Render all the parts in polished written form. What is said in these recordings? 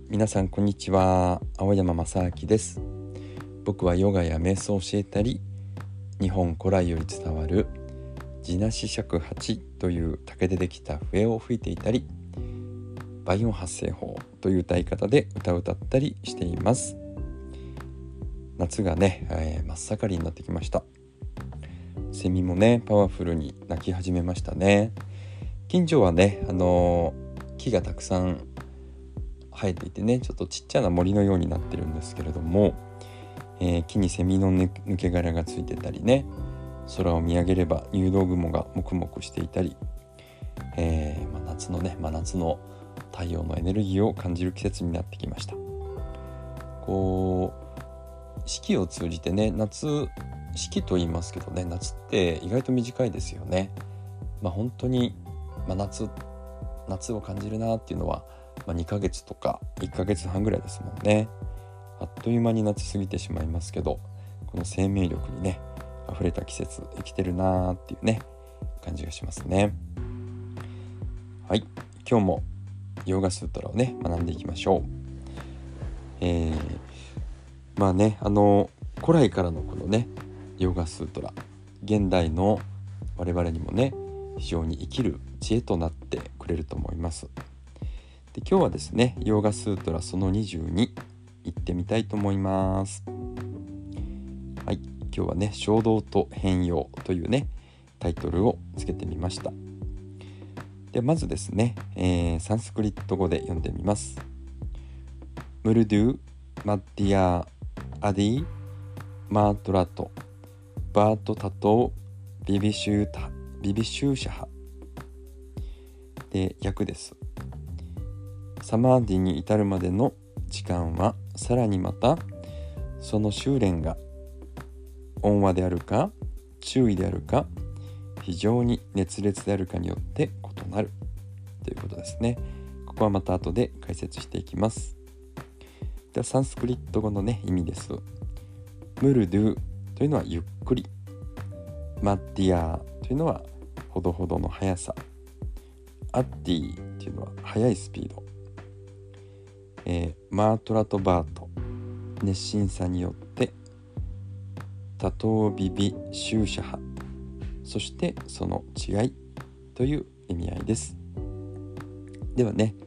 皆さんこんにちは。青山正明です。僕はヨガや瞑想を教えたり、日本古来より伝わる地なし尺八という竹でできた笛を吹いていたり、倍音発声法という歌い方で歌を歌ったりしています。夏がね、真っ盛りになってきました。セミもねパワフルに鳴き始めましたね。近所はね木がたくさん生えていてね、ちょっとちっちゃな森のようになってるんですけれども、木にセミの抜け殻がついてたりね、空を見上げれば入道雲がもくもくしていたり、真夏の太陽のエネルギーを感じる季節になってきました。四季を通じてね、四季と言いますけどね、夏って意外と短いですよね。本当に、夏を感じるなっていうのは、2ヶ月とか1ヶ月半ぐらいですもんね。あっという間に夏過ぎてしまいますけど、この生命力にね溢れた季節生きてるなっていうね感じがしますね。はい、今日もヨガスートラをね学んでいきましょう。古来からのこのねヨガスートラ、現代の我々にもね非常に生きる知恵となってくれると思います。で、今日はですねヨガスートラその22行ってみたいと思います。はい、今日はね衝動と変容というねタイトルをつけてみました。で、まずですね、サンスクリット語で読んでみます。ムルドゥマッディアアディマートラトバートタトビビシューシャハで、訳です。サマーディに至るまでの時間はさらにまたその修練が温和であるか注意であるか非常に熱烈であるかによって異なるということですね。ここはまた後で解説していきます。ではサンスクリット語のね意味です。ムルドゥというのはゆっくり、マッディアというのはほどほどの速さ、アッディというのは速いスピード、マートラとバート熱心さによって、多頭ビビシューシャハそしてその違いという意味合いです。ではね、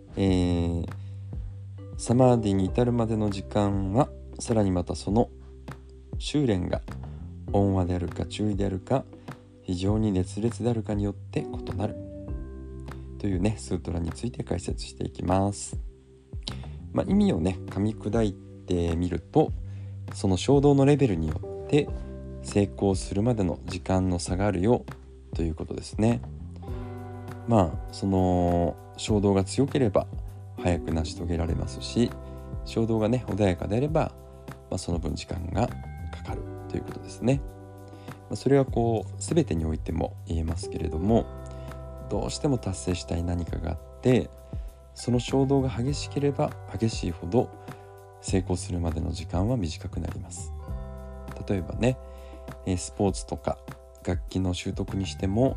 サマーディに至るまでの時間はさらにまたその修練が温和であるか注意であるか非常に熱烈であるかによって異なるというねスートラについて解説していきます。意味をね噛み砕いてみると、その衝動のレベルによって成功するまでの時間の差があるよということですね。その衝動が強ければ早く成し遂げられますし、衝動がね穏やかであれば、その分時間がかかるということですね。それは全てにおいても言えますけれども、どうしても達成したい何かがあって、その衝動が激しければ激しいほど成功するまでの時間は短くなります。例えばね、スポーツとか楽器の習得にしても、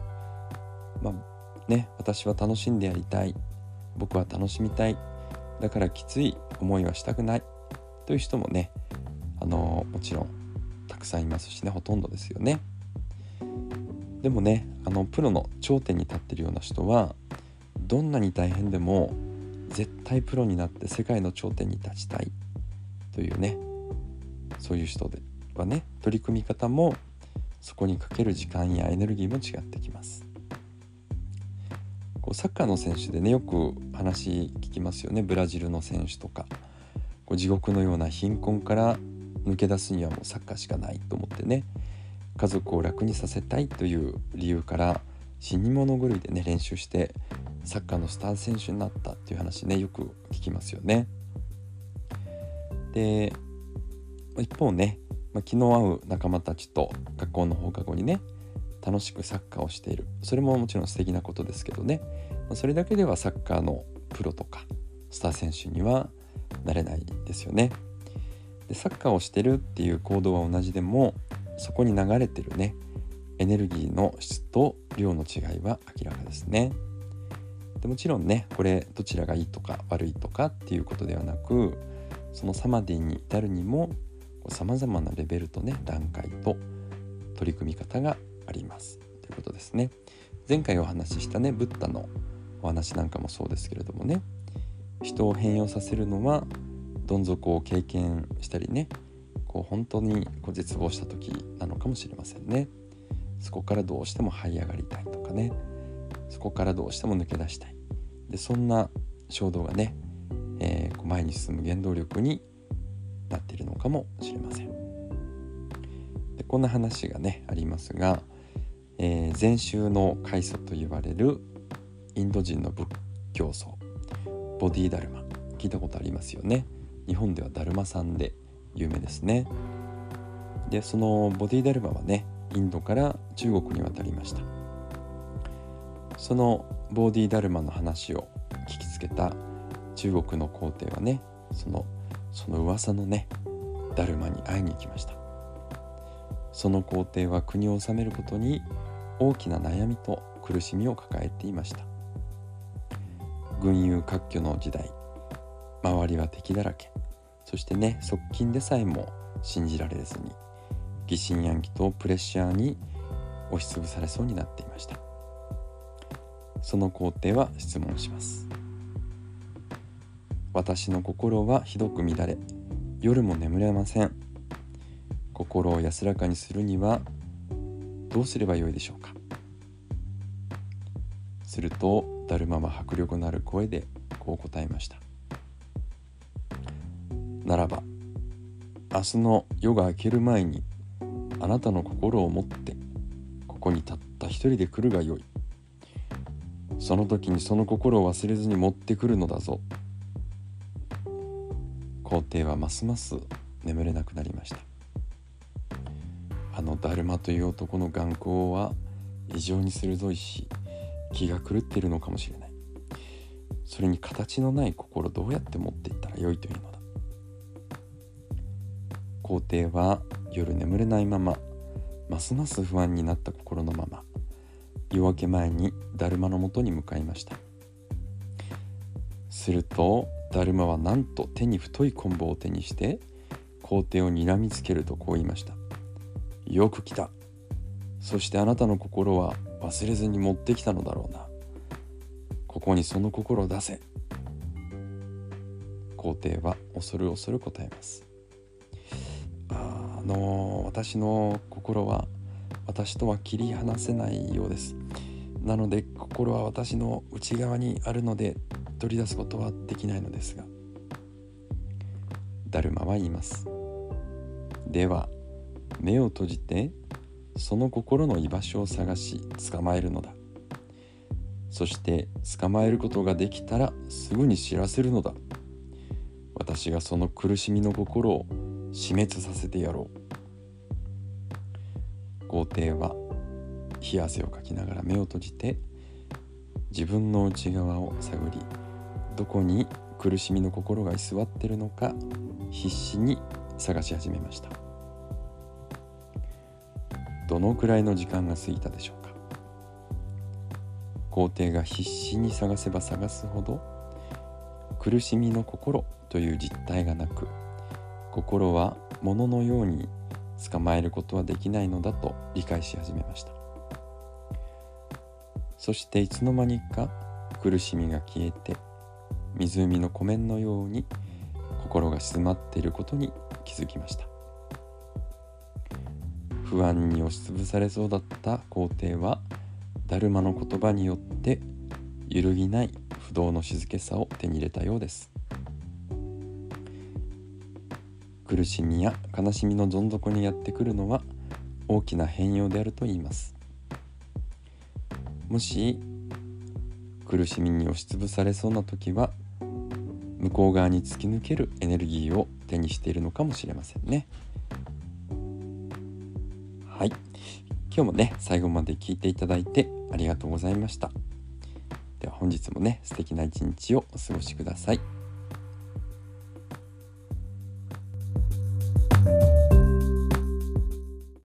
私は楽しんでやりたい、僕は楽しみたい、だからきつい思いはしたくないという人もねもちろんたくさんいますしね、ほとんどですよね。でもねプロの頂点に立っているような人は、どんなに大変でも絶対プロになって世界の頂点に立ちたいというね、そういう人ではね取り組み方もそこにかける時間やエネルギーも違ってきます。サッカーの選手でねよく話聞きますよね。ブラジルの選手とか、地獄のような貧困から抜け出すにはもうサッカーしかないと思ってね、家族を楽にさせたいという理由から死に物狂いでね練習してサッカーのスター選手になったっていう話ねよく聞きますよね。で、一方ね、気の合う仲間たちと学校の放課後にね楽しくサッカーをしている、それももちろん素敵なことですけどね、それだけではサッカーのプロとかスター選手にはなれないですよね。で、サッカーをしてるっていう行動は同じでも、そこに流れてるねエネルギーの質と量の違いは明らかですね。 でもちろんね、これどちらがいいとか悪いとかっていうことではなく、そのサマディに至るにもさまざまなレベルとね、段階と取り組み方がありますということですね。前回お話ししたね、ブッダのお話なんかもそうですけれどもね、人を変容させるのはどん底を経験したりね、本当に絶望した時なのかもしれませんね。そこからどうしても這い上がりたいとかね、そこからどうしても抜け出したい、でそんな衝動がね、前に進む原動力になっているのかもしれません。でこんな話がねありますが、禅宗の開祖と言われるインド人の仏教僧ボディダルマ、聞いたことありますよね。日本ではダルマさんで有名ですね。でそのボディダルマはね、インドから中国に渡りました。そのボディダルマの話を聞きつけた中国の皇帝はね、その噂のねダルマに会いに行きました。その皇帝は国を治めることに大きな悩みと苦しみを抱えていました。群雄割拠の時代、周りは敵だらけ、そしてね、側近でさえも信じられずに疑心暗鬼とプレッシャーに押しつぶされそうになっていました。その皇帝は質問します。私の心はひどく乱れ、夜も眠れません。心を安らかにするにはどうすればよいでしょうか。するとダルマは迫力のある声でこう答えました。ならば明日の夜が明ける前にあなたの心を持ってここにたった一人で来るがよい。その時にその心を忘れずに持ってくるのだぞ。皇帝はますます眠れなくなりました。ダルマという男の眼光は異常に鋭いし、気が狂っているのかもしれない。それに形のない心どうやって持っていったらよいというのだ。皇帝は夜眠れないまま、ますます不安になった心のまま、夜明け前にダルマのもとに向かいました。するとダルマはなんと手に太い棍棒を手にして皇帝を睨みつけるとこう言いました。よく来た。そしてあなたの心は忘れずに持ってきたのだろうな。ここにその心を出せ。皇帝は恐る恐る答えます。私の心は私とは切り離せないようです。なので心は私の内側にあるので取り出すことはできないのですが、ダルマは言います。では目を閉じてその心の居場所を探し捕まえるのだ。そして捕まえることができたらすぐに知らせるのだ。私がその苦しみの心を死滅させてやろう。皇帝は冷や汗をかきながら目を閉じて自分の内側を探り、どこに苦しみの心が居座っているのか必死に探し始めました。どのくらいの時間が過ぎたでしょうか。皇帝が必死に探せば探すほど苦しみの心という実体がなく、心は物のように捕まえることはできないのだと理解し始めました。そしていつの間にか苦しみが消えて、湖の湖面のように心が静まっていることに気づきました。不安に押しつぶされそうだった皇帝はダルマの言葉によって揺るぎない不動の静けさを手に入れたようです。苦しみや悲しみのどん底にやってくるのは大きな変容であると言います。もし苦しみに押しつぶされそうな時は、向こう側に突き抜けるエネルギーを手にしているのかもしれませんね。はい、今日もね最後まで聞いていただいてありがとうございました。では本日もね素敵な一日をお過ごしください。